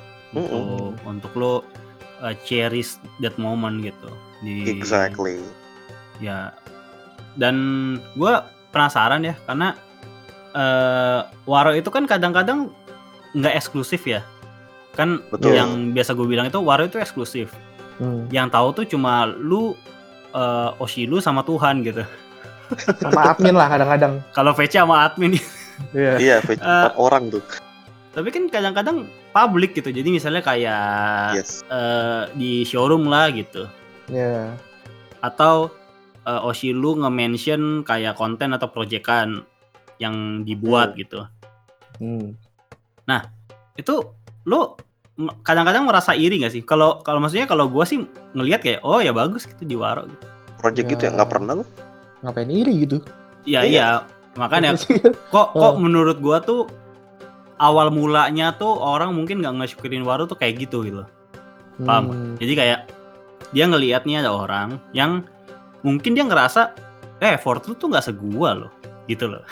S1: untuk lo cherish that moment gitu
S3: Exactly.
S1: Ya, dan gua penasaran ya, karena Waro itu kan kadang-kadang nggak eksklusif ya kan.
S3: Betul.
S1: Yang biasa gue bilang itu Waro itu eksklusif. Yang tahu tuh cuma lu, Oshi lu sama Tuhan gitu.
S2: Sama admin lah kadang-kadang.
S1: Kalau VC sama admin.
S3: Iya, 4 orang tuh.
S1: Tapi kan kadang-kadang publik gitu. Jadi misalnya kayak di showroom lah gitu.
S2: Iya.
S1: Atau Oshi lu nge-mention kayak konten atau proyekan yang dibuat gitu. Nah, itu lu kadang-kadang merasa iri gak sih? Kalau maksudnya kalau gue sih ngelihat kayak oh ya bagus gitu di Waro gitu.
S3: Project gitu ya, nggak pernah lu.
S2: Ngapain iri gitu?
S1: Iya. Makanya kok menurut gue tuh awal mulanya tuh orang mungkin nggak ngesyukurin Waro tuh kayak gitu loh. Paham? Jadi kayak dia ngelihat nih ada orang yang mungkin dia ngerasa effort lu tuh nggak segua loh gitu loh.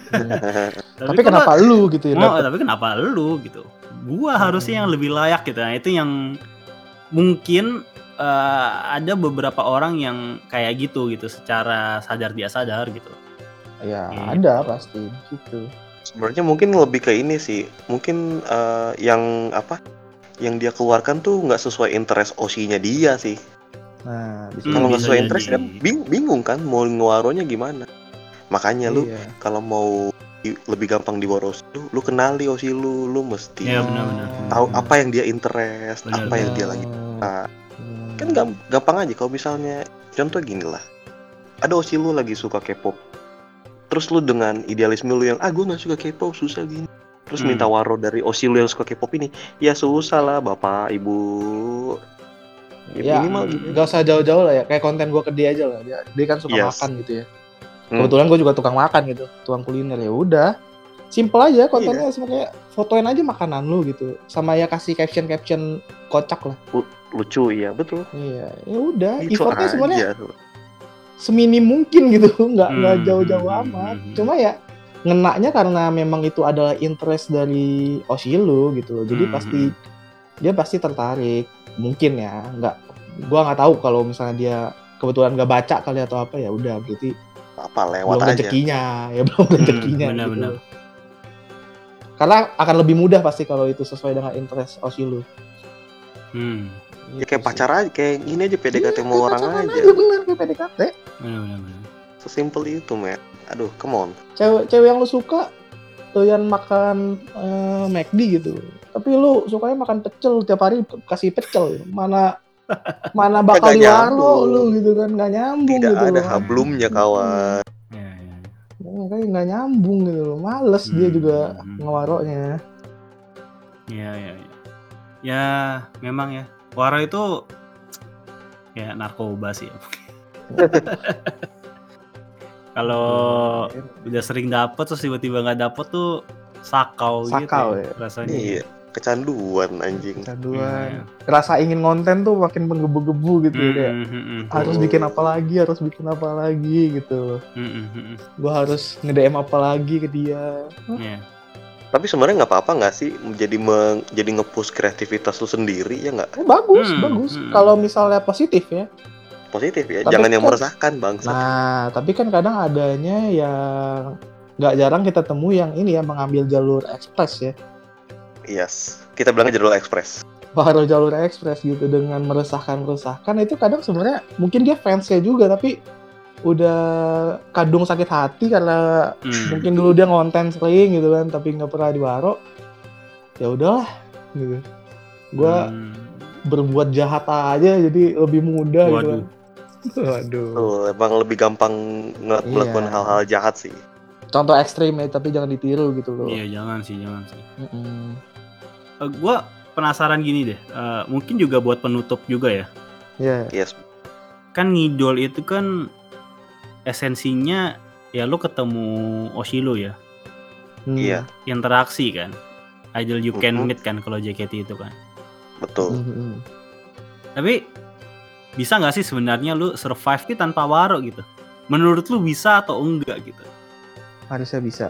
S2: Tapi kenapa lu gitu ya?
S1: Tapi kenapa lu gitu? Gua harusnya yang lebih layak gitu. Nah, itu yang mungkin ada beberapa orang yang kayak gitu secara sadar dia sadar gitu.
S2: Ya ada pasti gitu.
S3: Sebenarnya mungkin lebih ke ini sih. Mungkin yang dia keluarkan tuh nggak sesuai interest Oshi-nya dia sih.
S2: Nah,
S3: kalau nggak sesuai interest kan bingung kan mau ngewaronya gimana. Makanya lu kalau mau lebih gampang di Waro lu kenali Oshi lu mesti tahu apa yang dia interest, apa yang dia lagi kan gampang aja. Kalau misalnya contoh gini lah, ada Oshi lu lagi suka K-pop, terus lu dengan idealisme lu yang gue nggak suka K-pop susah gini, terus minta Waro dari Oshi lu yang suka K-pop ini, ya susah lah bapak ibu.
S2: Ya nggak usah jauh-jauh lah ya, kayak konten gue ke dia aja lah. Dia kan suka makan gitu ya. Kebetulan gue juga tukang makan gitu, tukang kuliner. Ya udah, simple aja kontennya. Sebenarnya fotoin aja makanan lu gitu, sama ya kasih caption kocak lah.
S3: Lucu, iya betul.
S2: Iya, ya udah. Effortnya sebenarnya seminim mungkin gitu, nggak jauh-jauh amat. Cuma ya ngenaknya karena memang itu adalah interest dari Oshi lu gitu. Jadi dia pasti tertarik. Mungkin ya, gua nggak tahu kalau misalnya dia kebetulan nggak baca kali atau apa, ya udah berarti
S3: apa lewat
S2: belum
S3: aja.
S2: Belum rezekinya.
S1: Benar.
S2: Gitu. Karena akan lebih mudah pasti kalau itu sesuai dengan interest Oshi lu.
S3: Ya kayak pacar aja, kayak gini aja PDKT mau orang aja.
S2: Bener kayak PDKT.
S1: Benar.
S3: Sesimpel itu, men. Aduh, come on.
S2: Cewek yang lu suka doyan makan McD gitu. Tapi lu sukanya makan pecel, tiap hari kasih pecel. Mana bakal di Waro lu gitu kan, nggak nyambung.
S3: Tidak
S2: gitu
S3: ada
S2: loh.
S3: Hablumnya kawan.
S2: Kayak nggak nyambung gitu loh. Males dia juga ngewaronya.
S1: Ya memang ya, Waro itu kayak narkoba sih. Kalau udah sering dapet terus tiba-tiba nggak dapet tuh sakau gitu ya, rasanya.
S3: Iya, kecanduan anjing.
S2: Kecanduan. Rasa ingin konten tuh makin menggebu-gebu gitu ya. Harus bikin apa lagi gitu. Gue harus nge-DM apa lagi ke dia.
S3: Tapi sebenarnya nggak apa-apa nggak sih jadi nge-push kreativitas lu sendiri ya nggak?
S2: Bagus. Kalau misalnya positif ya.
S3: Positif ya,
S2: tapi
S3: jangan yang
S2: kan,
S3: meresahkan bangsa.
S2: Nah, tapi kan kadang adanya yang nggak jarang kita temui yang ini ya, mengambil jalur ekspres ya.
S3: Yes, kita bilangnya jalur ekspres.
S2: Baru jalur ekspres gitu dengan meresahkan itu kadang sebenarnya mungkin dia fansnya juga tapi udah kadung sakit hati karena mungkin dulu dia ngonten sering gitu kan tapi nggak pernah di Waro. Ya udahlah gitu. Gua berbuat jahat aja jadi lebih mudah gitu kan.
S3: Waduh. Emang lebih gampang melakukan hal-hal jahat sih.
S2: Contoh ekstrim ya, tapi jangan ditiru gitu loh.
S1: Iya, jangan sih. gue penasaran gini deh. Mungkin juga buat penutup juga ya.
S2: Ya.
S3: Yes.
S1: Kan ngidol itu kan esensinya ya lu ketemu Oshilo ya.
S3: Iya.
S1: Interaksi kan. Idol you can meet kan kalau JKT itu kan.
S3: Betul.
S1: Tapi bisa nggak sih sebenarnya lu survive nih tanpa Waro gitu? Menurut lu bisa atau enggak gitu?
S2: Harusnya bisa.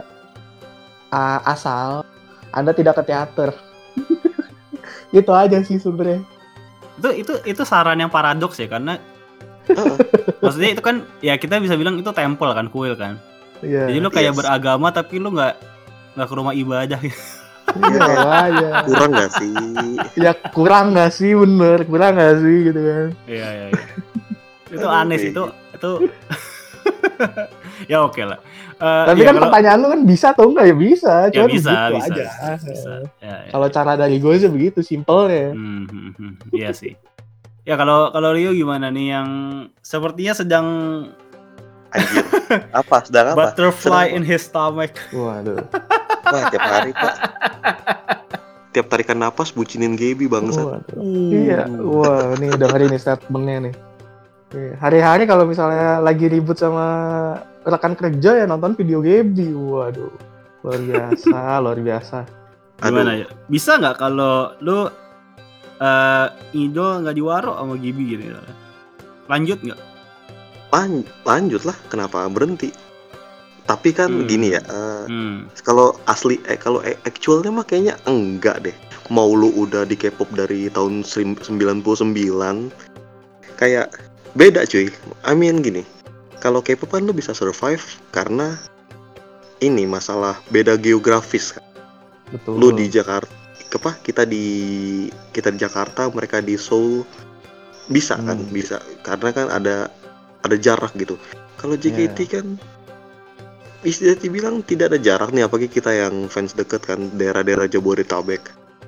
S2: Asal Anda tidak ke teater. Itu aja sih sebenarnya.
S1: Itu saran yang paradoks ya, karena maksudnya itu kan ya kita bisa bilang itu temple kan, kuil kan.
S2: Iya.
S1: Jadi lu kayak beragama tapi lu nggak ke rumah ibadah gitu.
S2: Iya aja.
S3: Kurang nggak sih?
S2: Ya kurang nggak sih, bener. Kurang nggak sih gitu kan.
S1: Iya. Itu aneh sih itu. Ya oke lah.
S2: Tapi
S1: ya
S2: kan pertanyaan lu kan bisa atau enggak, ya bisa.
S1: Ya
S2: Cuma
S1: bisa.
S2: aja.
S1: Ya.
S2: Kalau cara dari gue sih begitu, simpelnya.
S1: Iya sih. Ya kalau Rio gimana nih yang sepertinya sedang
S3: Anjir. Apa? Sedang apa?
S1: butterfly in his stomach.
S2: Waduh.
S3: Wah, tiap hari Pak. Tiap tarikan napas bucinin Gaby bangsat.
S2: Iya. Wah, ini dengerin nih statementnya nih. Hari-hari kalau misalnya lagi ribut sama rekan kerja ya nonton video Gaby. Waduh. Luar biasa.
S1: Gimana ya? Bisa nggak kalau lu idol nggak diwaro sama Gaby gitu? Lanjut nggak?
S3: Lanjut lah, kenapa berhenti? Tapi kan gini ya, kalau asli kalau actualnya mah kayaknya enggak deh. Mau lu udah di K-pop dari tahun 99, kayak beda cuy. I mean gini, kalau K-pop kan lu bisa survive karena ini masalah beda geografis kan.
S2: Betul.
S3: Lu di Jakarta, kita di Jakarta, mereka di Seoul, bisa kan, bisa karena kan ada jarak gitu. Kalau JKT kan istilahnya dibilang tidak ada jarak nih, apalagi kita yang fans deket kan, daerah-daerah Jabodetabek.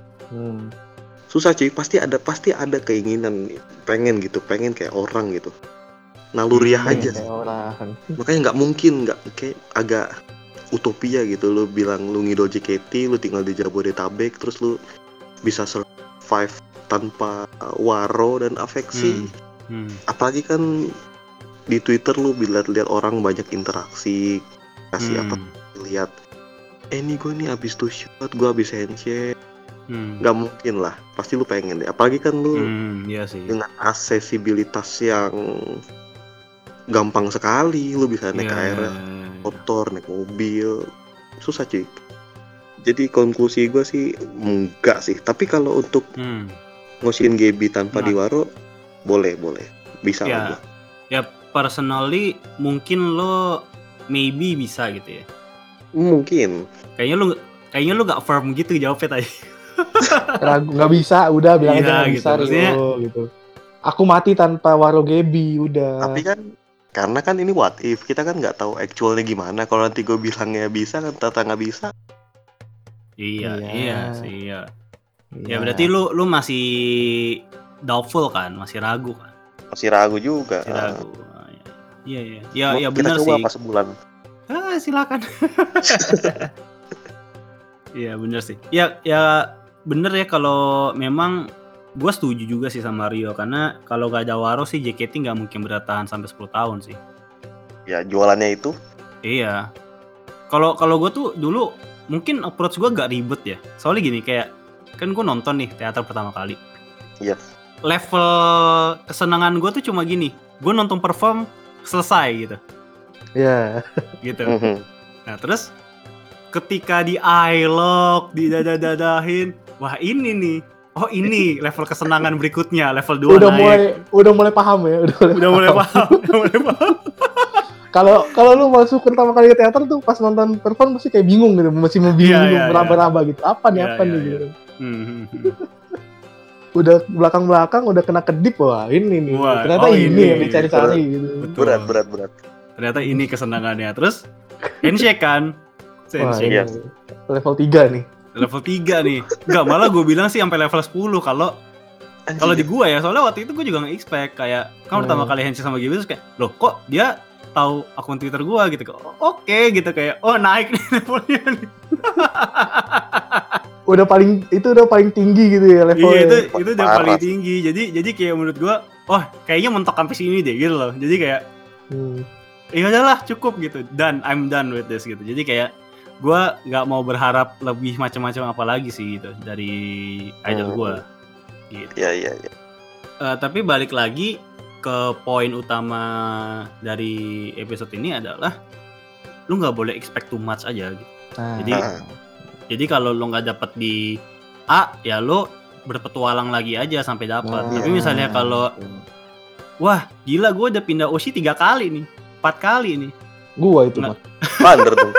S3: Susah cuy, pasti ada keinginan pengen kayak orang gitu. Naluriah aja sih. Makanya nggak mungkin, nggak kayak agak utopia gitu lu bilang lu ngidol JKT, lu tinggal di Jabodetabek, terus lu bisa survive tanpa waro dan afeksi. Apalagi kan di Twitter lu lihat orang banyak interaksi, kasih apa, lihat ini gue nih abis tuh shot, gue abis handshake. Nggak mungkin lah, pasti lu pengen deh. Apalagi kan lu
S1: iya sih.
S3: dengan aksesibilitas yang gampang sekali, lu bisa naik KRL, motor, naik mobil, susah cuy. Jadi konklusi gue sih enggak sih. Tapi kalau untuk ngosin Gaby tanpa diwaro, boleh, bisa
S1: ya,
S3: lah.
S1: Ya personally mungkin lo maybe bisa gitu ya.
S3: Mungkin.
S1: Kayaknya lu nggak firm gitu jawabnya tadi.
S2: Ragu, nggak bisa, udah bilang aja nggak bisa gitu. Aku mati tanpa waro Gaby, udah.
S3: Tapi kan karena kan ini what if, kita kan nggak tahu actualnya gimana. Kalau nanti gue bilangnya bisa kan ternyata nggak bisa.
S1: Iya sih. Ya berarti lu masih doubtful kan, masih ragu kan?
S3: Masih ragu juga.
S1: Masih ragu. Iya. Ya benar sih.
S3: Kita coba pas sebulan.
S1: Silakan. Iya benar sih. Ya bener ya, kalau memang gue setuju juga sih sama Rio, karena kalau gak ada waro sih JKT nggak mungkin bertahan sampai 10 tahun sih.
S3: Ya jualannya itu.
S1: Iya. Kalau gue tuh dulu mungkin approach gue gak ribet ya. Soalnya gini, kayak kan gue nonton nih teater pertama kali.
S3: Iya.
S1: Level kesenangan gue tuh cuma gini, gue nonton perform selesai gitu.
S2: Iya.
S1: Gitu. Nah terus ketika di I-lock, didadahin, wah ini nih. Oh ini level kesenangan berikutnya, level 2 naik.
S2: Udah mulai paham ya,
S1: udah mulai paham.
S2: Kalau lu masuk pertama kali ke teater tuh pas nonton perform masih kayak bingung gitu, masih mau bingung, meraba-raba gitu. Apa nih gitu. Udah belakang-belakang udah kena kedip, wah ini nih. Ternyata ini yang dicari-cari gitu.
S3: Berat.
S1: Ternyata ini kesenangannya. Terus handshake kan.
S3: Iya.
S2: Level 3 nih.
S1: Level 3 nih. Enggak, malah gue bilang sih sampai level 10 kalau di gua ya. Soalnya waktu itu gue juga nge-expect kayak kan pertama kali handshake sama Gaby terus kayak, loh kok dia tahu akun Twitter gua gitu. Oke gitu, kayak naik nih levelnya nih.
S2: udah paling tinggi gitu ya levelnya.
S1: Iya, itu udah paling tinggi. Jadi kayak menurut gua, oh kayaknya mentok sampai sini deh gitu loh. Jadi kayak ya udahlah cukup gitu. I'm done with this gitu. Jadi kayak gua nggak mau berharap lebih macam-macam apa lagi sih gitu dari idol gua. Gitu.
S3: Iya.
S1: Tapi balik lagi ke poin utama dari episode ini adalah lu nggak boleh expect too much aja gitu. Jadi kalau lu nggak dapet di A, ya lu berpetualang lagi aja sampai dapat. Tapi misalnya kalau wah gila gue udah pindah OC 3 kali nih, 4 kali nih.
S2: Gua itu mah.
S3: Under dong.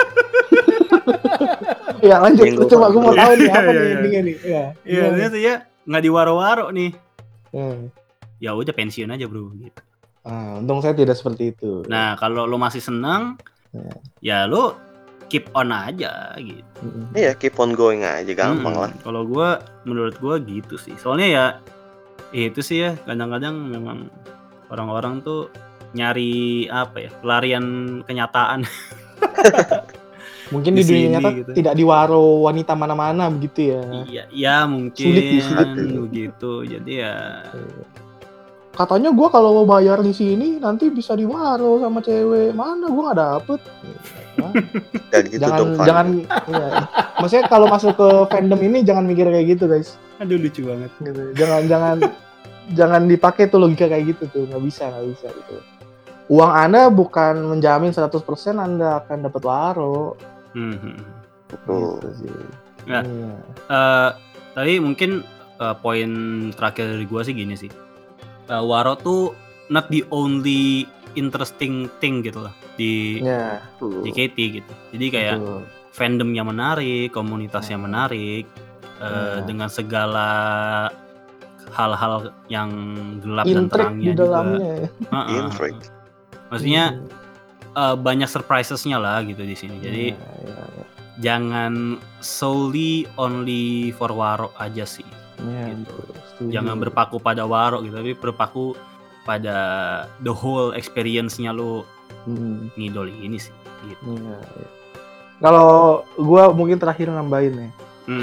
S2: Ya lanjut, coba gue mau tahu nih apa nih endingnya nih.
S1: Iya, ternyata ya nggak diwaro-waro nih. Ya udah pensiun aja bro gitu.
S2: Untung saya tidak seperti itu.
S1: Nah kalau lo masih senang, ya lo keep on aja gitu.
S3: Iya, keep on going aja, gampang lah.
S1: Kalau menurut gue gitu sih. Soalnya ya itu sih ya kadang-kadang memang orang-orang tuh nyari apa ya, pelarian kenyataan.
S2: Mungkin di dunia nyata gitu. Tidak diwaro wanita mana-mana begitu ya.
S1: Iya mungkin
S2: sulit
S1: begitu. Jadi ya
S2: katanya gue kalau mau bayar di sini nanti bisa diwaro sama cewek. Mana gue nggak dapet.
S3: Gitu
S2: jangan ya. Maksudnya kalau masuk ke fandom ini jangan mikir kayak gitu guys.
S1: Aduh lucu banget
S2: gitu. Jangan dipakai tuh logika kayak gitu tuh. Nggak bisa gitu. Uang Anda bukan menjamin 100% Anda akan dapat waro. Gitu sih.
S1: Nah, tadi mungkin poin terakhir dari gue sih gini sih. Waro tuh not the only interesting thing gitu lah di KT gitu. Jadi kayak fandomnya menarik, komunitasnya menarik, dengan segala hal-hal yang gelap dan terangnya
S2: di dalamnya.
S1: Maksudnya banyak surprisesnya lah gitu di sini. Jadi jangan solely only for Waro aja sih. Gitu. Jangan berpaku pada Waro gitu, tapi berpaku pada the whole experience-nya lo ngidol ini sih. Gitu.
S2: Kalau gue mungkin terakhir nambahin ya.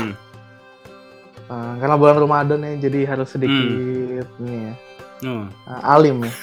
S2: Karena bulan Ramadan ya, jadi harus sedikit nih ya. Alim ya.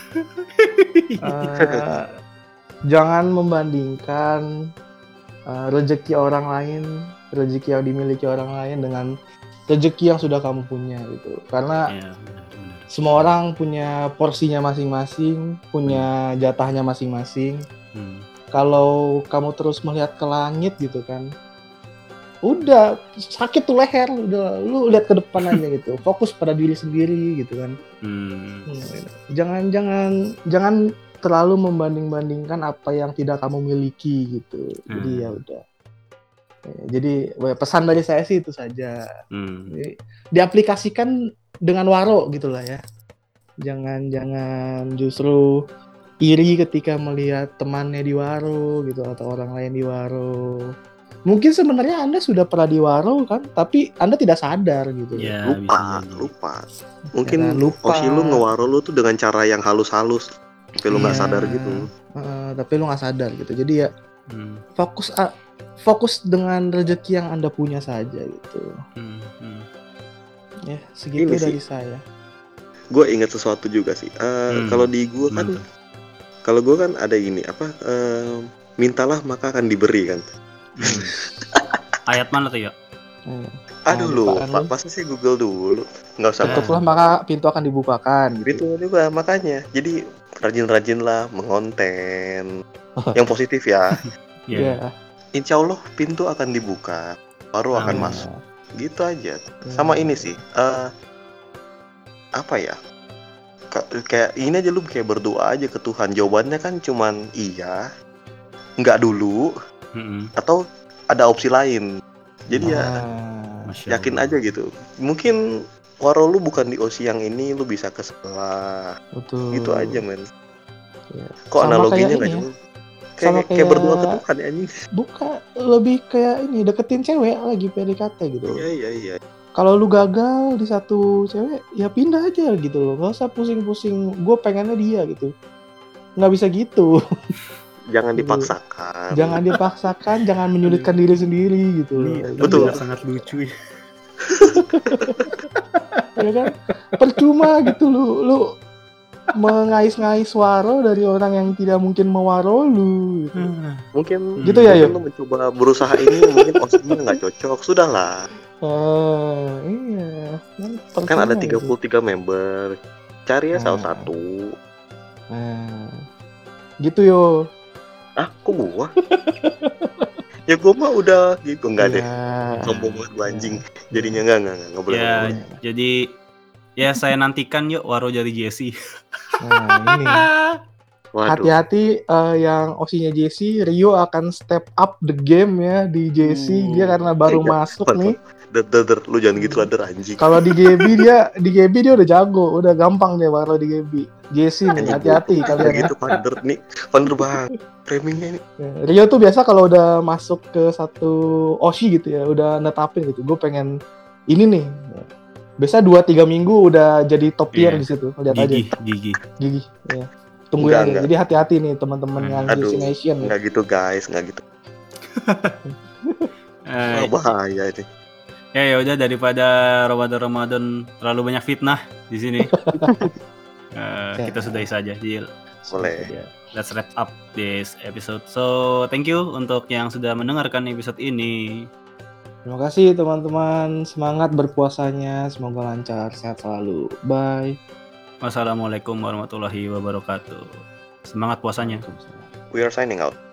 S2: Jangan membandingkan rezeki orang lain, rezeki yang dimiliki orang lain dengan rezeki yang sudah kamu punya gitu. Karena semua orang punya porsinya masing-masing, punya jatahnya masing-masing. Kalau kamu terus melihat ke langit gitu kan, udah sakit tuh leher, udah lu lihat ke depan aja gitu, fokus pada diri sendiri gitu kan. Jangan terlalu membanding-bandingkan apa yang tidak kamu miliki gitu. Jadi ya udah. Jadi pesan dari saya sih itu saja. Jadi, diaplikasikan dengan Waro gitulah ya. Jangan justru iri ketika melihat temannya di Waro gitu atau orang lain di Waro. Mungkin sebenarnya Anda sudah pernah di Waro kan, tapi Anda tidak sadar gitu.
S3: Ya, lupa. Mungkin Oshi lu nge-Waro lu tuh dengan cara yang halus-halus, tapi lu nggak sadar gitu.
S2: Tapi lu nggak sadar gitu. Jadi ya fokus dengan rezeki yang Anda punya saja gitu. Ya segitu ini dari saya.
S3: Gue ingat sesuatu juga sih. Kalau di gue kan, kalau gue kan ada ini apa? Mintalah maka akan diberi kan.
S1: Ayat mana tuh ya?
S3: Aduh lupa, pasti sih Google dulu. Nggak usah.
S2: Ketuklah maka pintu akan dibukakan.
S3: Gitu. Itu juga makanya. Jadi rajin-rajinlah mengonten yang positif ya. Insya Allah pintu akan dibuka, baru akan masuk. Gitu aja. Sama ini sih. Apa ya? Kayak ini aja lu kayak berdoa aja ke Tuhan. Jawabannya kan cuman iya, nggak dulu, atau ada opsi lain. Jadi yakin aja gitu. Mungkin Waro lu bukan di OC yang ini, lu bisa ke sebelah.
S2: Betul.
S3: Gitu aja men. Kok analoginya nggak jelas? Kayak berdoa ke Tuhan ya anjing.
S2: Bukan, lebih kayak ini deketin cewek lagi PDKT gitu.
S3: Iya.
S2: Kalau lu gagal di satu cewek, ya pindah aja gitu loh. Gak usah pusing-pusing. Gue pengennya dia gitu. Nggak bisa gitu.
S3: Jangan dipaksakan.
S2: Jangan menyulitkan diri sendiri gitu.
S1: Betul. Sangat lucu.
S2: Ya kan? Percuma gitu lu mengais-ngais waro dari orang yang tidak mungkin mewaro lu gitu.
S3: Mungkin
S2: Gitu ya,
S3: mungkin
S2: Yuk?
S3: lu mencoba berusaha ini mungkin OSIS-nya nggak cocok, sudahlah.
S2: Iya.
S3: Kan ada
S2: Percuma gitu.
S3: 33 member. Cari ya salah
S2: Nah.
S3: satu.
S2: Nah. Gitu yo.
S3: Ah, kok gua? Ya gua mah udah gitu enggak deh.
S2: Iya.
S3: Sombong banget gua anjing.
S2: Iya.
S3: Jadinya enggak boleh.
S1: Ya,
S3: boleh.
S1: jadi ya saya nantikan yuk waro dari Jesse.
S2: Nah, ini.
S3: Waduh.
S2: Hati-hati yang OC-nya Jesse, Rio akan step up the game ya di Jesse. Dia karena baru masuk nih.
S3: Lu jangan gitu lah, anjing.
S2: Kalau di GB dia udah jago, udah gampang dia waro di GB. Jesse nih, hati-hati kalian ya.
S3: Gitu Pander nih, Pander banget framingnya ini.
S2: Rio tuh biasa kalau udah masuk ke satu OC gitu ya, udah netapin gitu. Gue pengen ini nih. Biasa 2-3 minggu udah jadi top tier di situ. Lihat aja. Gigi. Ya. Tunggu aja. Jadi hati-hati nih teman-teman yang Jesse Nation.
S3: Enggak gitu guys, enggak gitu. Bahaya ini.
S1: Ya udah, daripada Ramadan terlalu banyak fitnah di sini. Kita sudahi saja, Jil.
S3: Boleh.
S1: Let's wrap up this episode. So, thank you untuk yang sudah mendengarkan episode ini.
S2: Terima kasih teman-teman. Semangat berpuasanya. Semoga lancar, sehat selalu. Bye.
S1: Wassalamualaikum warahmatullahi wabarakatuh. Semangat puasanya.
S3: We are signing out.